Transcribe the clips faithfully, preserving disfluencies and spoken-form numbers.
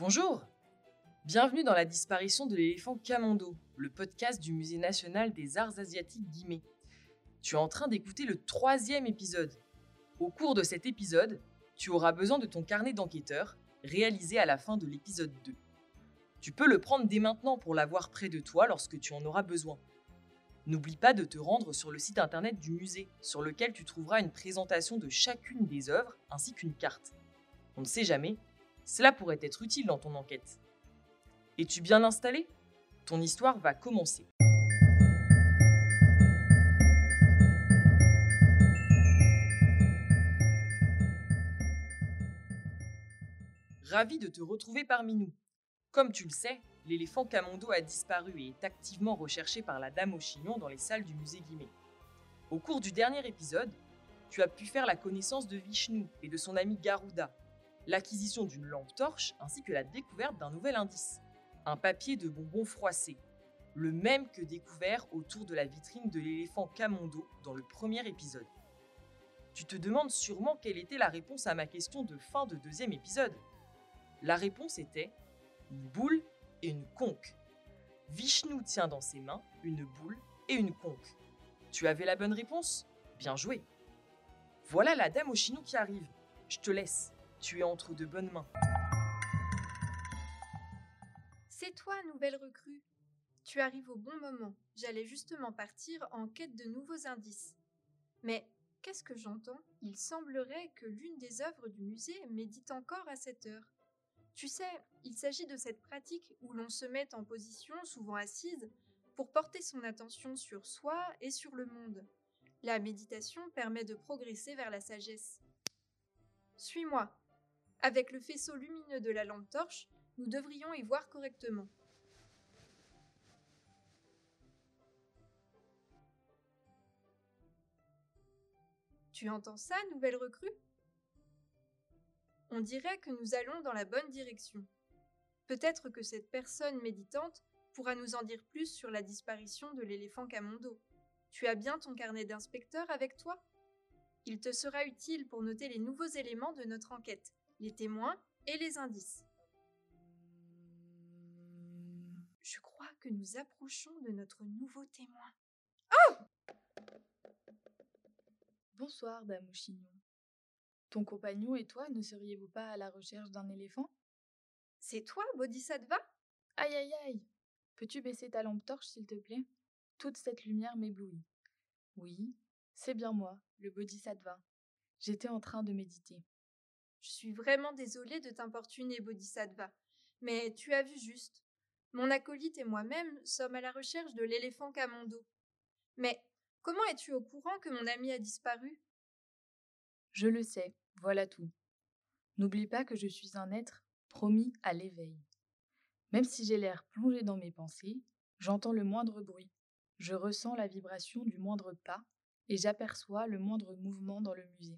Bonjour, bienvenue dans la disparition de l'éléphant Kamondo, le podcast du Musée national des arts asiatiques Guimet. Tu es en train d'écouter le troisième épisode. Au cours de cet épisode, tu auras besoin de ton carnet d'enquêteur, réalisé à la fin de l'épisode deux. Tu peux le prendre dès maintenant pour l'avoir près de toi lorsque tu en auras besoin. N'oublie pas de te rendre sur le site internet du musée, sur lequel tu trouveras une présentation de chacune des œuvres ainsi qu'une carte. On ne sait jamais, cela pourrait être utile dans ton enquête. Es-tu bien installé ? Ton histoire va commencer. Ravi de te retrouver parmi nous. Comme tu le sais, l'éléphant Kamondo a disparu et est activement recherché par la dame au chignon dans les salles du musée Guimet. Au cours du dernier épisode, tu as pu faire la connaissance de Vishnu et de son ami Garuda, l'acquisition d'une lampe torche ainsi que la découverte d'un nouvel indice, un papier de bonbons froissés, le même que découvert autour de la vitrine de l'éléphant Kamondo dans le premier épisode. Tu te demandes sûrement quelle était la réponse à ma question de fin de deuxième épisode. La réponse était une boule et une conque. Vishnu tient dans ses mains une boule et une conque. Tu avais la bonne réponse ? Bien joué. Voilà la dame au chignon qui arrive. Je te laisse. Tu es entre de bonnes mains. C'est toi, nouvelle recrue. Tu arrives au bon moment. J'allais justement partir en quête de nouveaux indices. Mais qu'est-ce que j'entends ? Il semblerait que l'une des œuvres du musée médite encore à cette heure. Tu sais, il s'agit de cette pratique où l'on se met en position, souvent assise, pour porter son attention sur soi et sur le monde. La méditation permet de progresser vers la sagesse. Suis-moi. Avec le faisceau lumineux de la lampe torche, nous devrions y voir correctement. Tu entends ça, nouvelle recrue ? On dirait que nous allons dans la bonne direction. Peut-être que cette personne méditante pourra nous en dire plus sur la disparition de l'éléphant Kamondo. Tu as bien ton carnet d'inspecteur avec toi ? Il te sera utile pour noter les nouveaux éléments de notre enquête, les témoins et les indices. Je crois que nous approchons de notre nouveau témoin. Oh ! Bonsoir, dame au chignon. Ton compagnon et toi ne seriez-vous pas à la recherche d'un éléphant ? C'est toi, Bodhisattva ? Aïe aïe aïe ! Peux-tu baisser ta lampe torche, s'il te plaît ? Toute cette lumière m'éblouit. Oui, c'est bien moi, le Bodhisattva. J'étais en train de méditer. Je suis vraiment désolée de t'importuner, Bodhisattva, mais tu as vu juste. Mon acolyte et moi-même sommes à la recherche de l'éléphant Kamondo. Mais comment es-tu au courant que mon ami a disparu ? Je le sais, voilà tout. N'oublie pas que je suis un être promis à l'éveil. Même si j'ai l'air plongé dans mes pensées, j'entends le moindre bruit. Je ressens la vibration du moindre pas et j'aperçois le moindre mouvement dans le musée.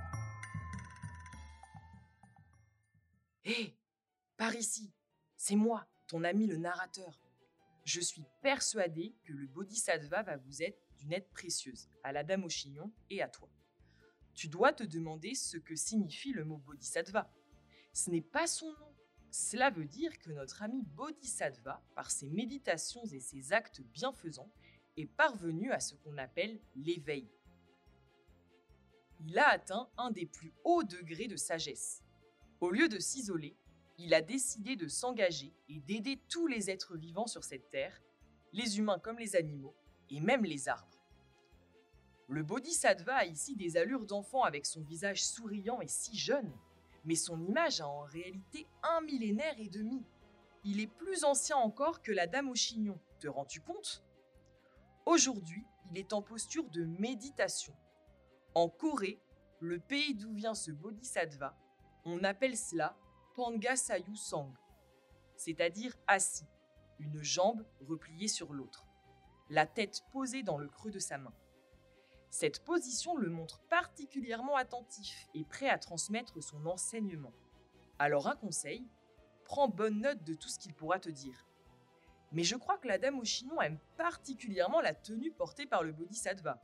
Hé, hey, par ici, c'est moi, ton ami le narrateur. Je suis persuadée que le Bodhisattva va vous être d'une aide précieuse, à la dame au chignon et à toi. Tu dois te demander ce que signifie le mot Bodhisattva. Ce n'est pas son nom. Cela veut dire que notre ami Bodhisattva, par ses méditations et ses actes bienfaisants, est parvenu à ce qu'on appelle l'éveil. Il a atteint un des plus hauts degrés de sagesse. Au lieu de s'isoler, il a décidé de s'engager et d'aider tous les êtres vivants sur cette terre, les humains comme les animaux, et même les arbres. Le Bodhisattva a ici des allures d'enfant avec son visage souriant et si jeune, mais son image a en réalité un millénaire et demi. Il est plus ancien encore que la dame au chignon, te rends-tu compte ? Aujourd'hui, il est en posture de méditation. En Corée, le pays d'où vient ce Bodhisattva, on appelle cela Pangasayu Sang, c'est-à-dire assis, une jambe repliée sur l'autre, la tête posée dans le creux de sa main. Cette position le montre particulièrement attentif et prêt à transmettre son enseignement. Alors un conseil, prends bonne note de tout ce qu'il pourra te dire. Mais je crois que la dame au chignon aime particulièrement la tenue portée par le Bodhisattva.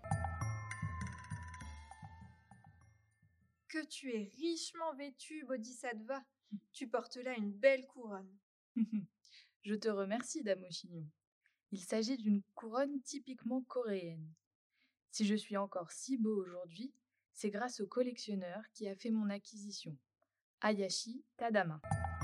Que tu es richement vêtu, Bodhisattva. Tu portes là une belle couronne. Je te remercie, Dame au chignon. Il s'agit d'une couronne typiquement coréenne. Si je suis encore si beau aujourd'hui, c'est grâce au collectionneur qui a fait mon acquisition, Hayashi Tadama.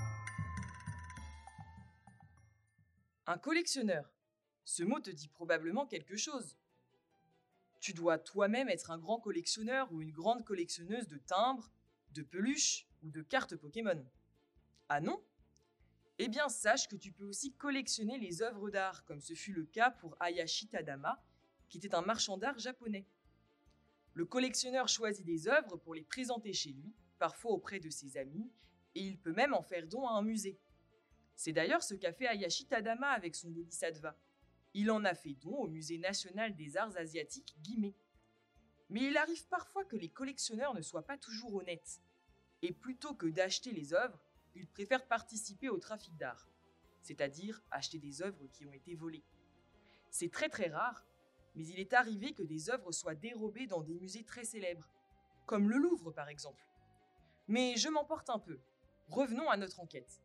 Un collectionneur. Ce mot te dit probablement quelque chose. Tu dois toi-même être un grand collectionneur ou une grande collectionneuse de timbres, de peluches ou de cartes Pokémon. Ah non ? Eh bien, sache que tu peux aussi collectionner les œuvres d'art, comme ce fut le cas pour Hayashi Tadama, qui était un marchand d'art japonais. Le collectionneur choisit des œuvres pour les présenter chez lui, parfois auprès de ses amis, et il peut même en faire don à un musée. C'est d'ailleurs ce qu'a fait Hayashi Tadama avec son Bodhisattva. Il en a fait don au Musée national des arts asiatiques Guimet. Mais il arrive parfois que les collectionneurs ne soient pas toujours honnêtes. Et plutôt que d'acheter les œuvres, ils préfèrent participer au trafic d'art, c'est-à-dire acheter des œuvres qui ont été volées. C'est très très rare, mais il est arrivé que des œuvres soient dérobées dans des musées très célèbres, comme le Louvre par exemple. Mais je m'emporte un peu. Revenons à notre enquête.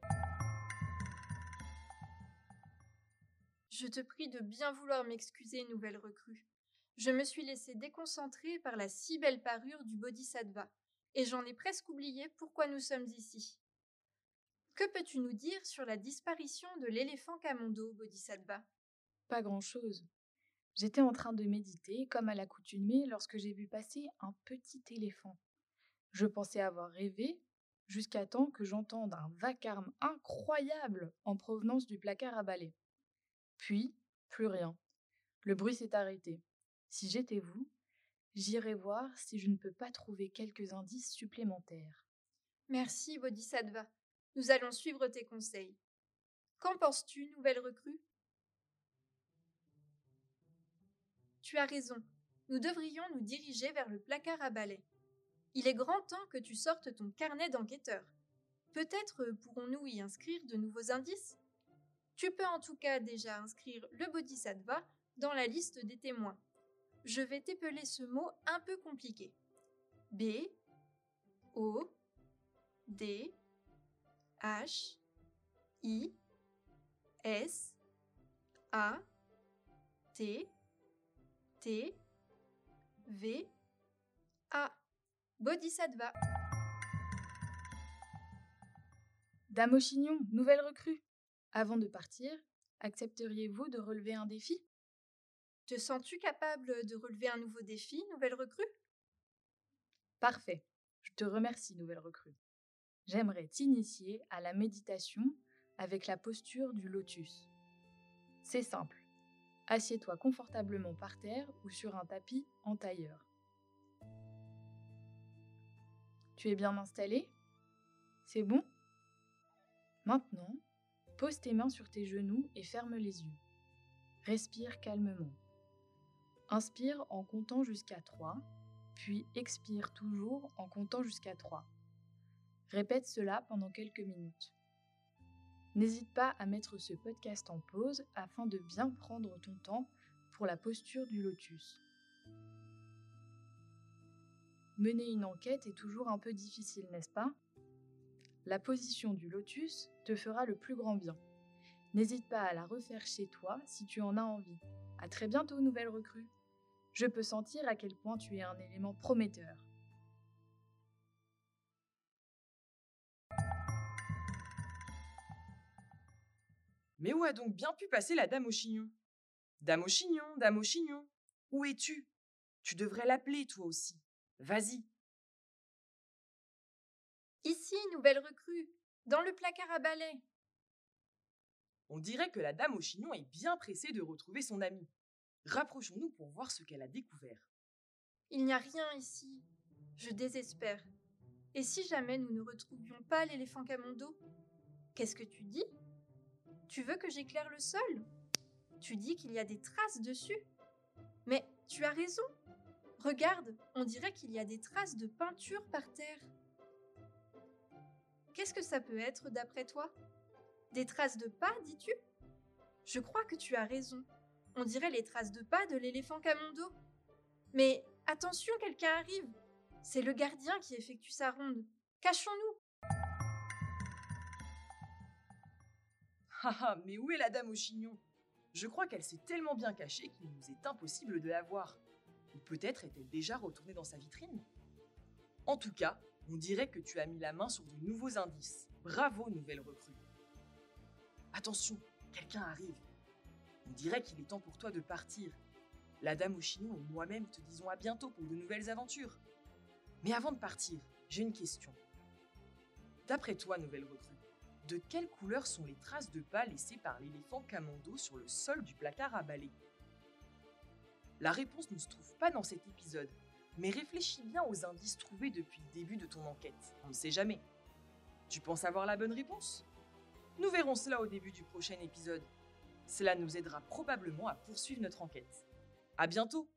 Je te prie de bien vouloir m'excuser, nouvelle recrue. Je me suis laissée déconcentrer par la si belle parure du Bodhisattva, et j'en ai presque oublié pourquoi nous sommes ici. Que peux-tu nous dire sur la disparition de l'éléphant Camondo, Bodhisattva ? Pas grand-chose. J'étais en train de méditer, comme à l'accoutumée, lorsque j'ai vu passer un petit éléphant. Je pensais avoir rêvé, jusqu'à temps que j'entende un vacarme incroyable en provenance du placard à balai. Puis, plus rien. Le bruit s'est arrêté. Si j'étais vous, j'irais voir si je ne peux pas trouver quelques indices supplémentaires. Merci, Bodhisattva. Nous allons suivre tes conseils. Qu'en penses-tu, nouvelle recrue ? Tu as raison. Nous devrions nous diriger vers le placard à balai. Il est grand temps que tu sortes ton carnet d'enquêteur. Peut-être pourrons-nous y inscrire de nouveaux indices ? Tu peux en tout cas déjà inscrire le Bodhisattva dans la liste des témoins. Je vais t'épeler ce mot un peu compliqué. B, O, D, H, I, S, A, T, T, V, A. Bodhisattva. Dame au chignon, nouvelle recrue. Avant de partir, accepteriez-vous de relever un défi ? Te sens-tu capable de relever un nouveau défi, nouvelle recrue ? Parfait. Je te remercie, nouvelle recrue. J'aimerais t'initier à la méditation avec la posture du lotus. C'est simple. Assieds-toi confortablement par terre ou sur un tapis en tailleur. Tu es bien installé ? C'est bon ? Maintenant, pose tes mains sur tes genoux et ferme les yeux. Respire calmement. Inspire en comptant jusqu'à trois, puis expire toujours en comptant jusqu'à trois. Répète cela pendant quelques minutes. N'hésite pas à mettre ce podcast en pause afin de bien prendre ton temps pour la posture du lotus. Mener une enquête est toujours un peu difficile, n'est-ce pas ? La position du lotus te fera le plus grand bien. N'hésite pas à la refaire chez toi si tu en as envie. À très bientôt, nouvelle recrue. Je peux sentir à quel point tu es un élément prometteur. Mais où a donc bien pu passer la dame au chignon ? Dame au chignon, dame au chignon, où es-tu ? Tu devrais l'appeler toi aussi. Vas-y. Ici, nouvelle recrue, dans le placard à balai. On dirait que la dame au chignon est bien pressée de retrouver son amie. Rapprochons-nous pour voir ce qu'elle a découvert. Il n'y a rien ici. Je désespère. Et si jamais nous ne retrouvions pas l'éléphant Camondo ? Qu'est-ce que tu dis ? Tu veux que j'éclaire le sol ? Tu dis qu'il y a des traces dessus ? Mais tu as raison. Regarde, on dirait qu'il y a des traces de peinture par terre. Qu'est-ce que ça peut être d'après toi ? Des traces de pas, dis-tu ? Je crois que tu as raison. On dirait les traces de pas de l'éléphant Camondo. Mais attention, quelqu'un arrive. C'est le gardien qui effectue sa ronde. Cachons-nous. Haha, mais où est la dame au chignon? Je crois qu'elle s'est tellement bien cachée qu'il nous est impossible de la voir. Ou peut-être est-elle déjà retournée dans sa vitrine? En tout cas, on dirait que tu as mis la main sur de nouveaux indices. Bravo, nouvelle recrue. Attention, quelqu'un arrive. On dirait qu'il est temps pour toi de partir. La dame au chignon et moi-même te disons à bientôt pour de nouvelles aventures. Mais avant de partir, j'ai une question. D'après toi, nouvelle recrue, de quelle couleur sont les traces de pas laissées par l'éléphant Camondo sur le sol du placard à balai? La réponse ne se trouve pas dans cet épisode, mais réfléchis bien aux indices trouvés depuis le début de ton enquête. On ne sait jamais. Tu penses avoir la bonne réponse? Nous verrons cela au début du prochain épisode. Cela nous aidera probablement à poursuivre notre enquête. À bientôt!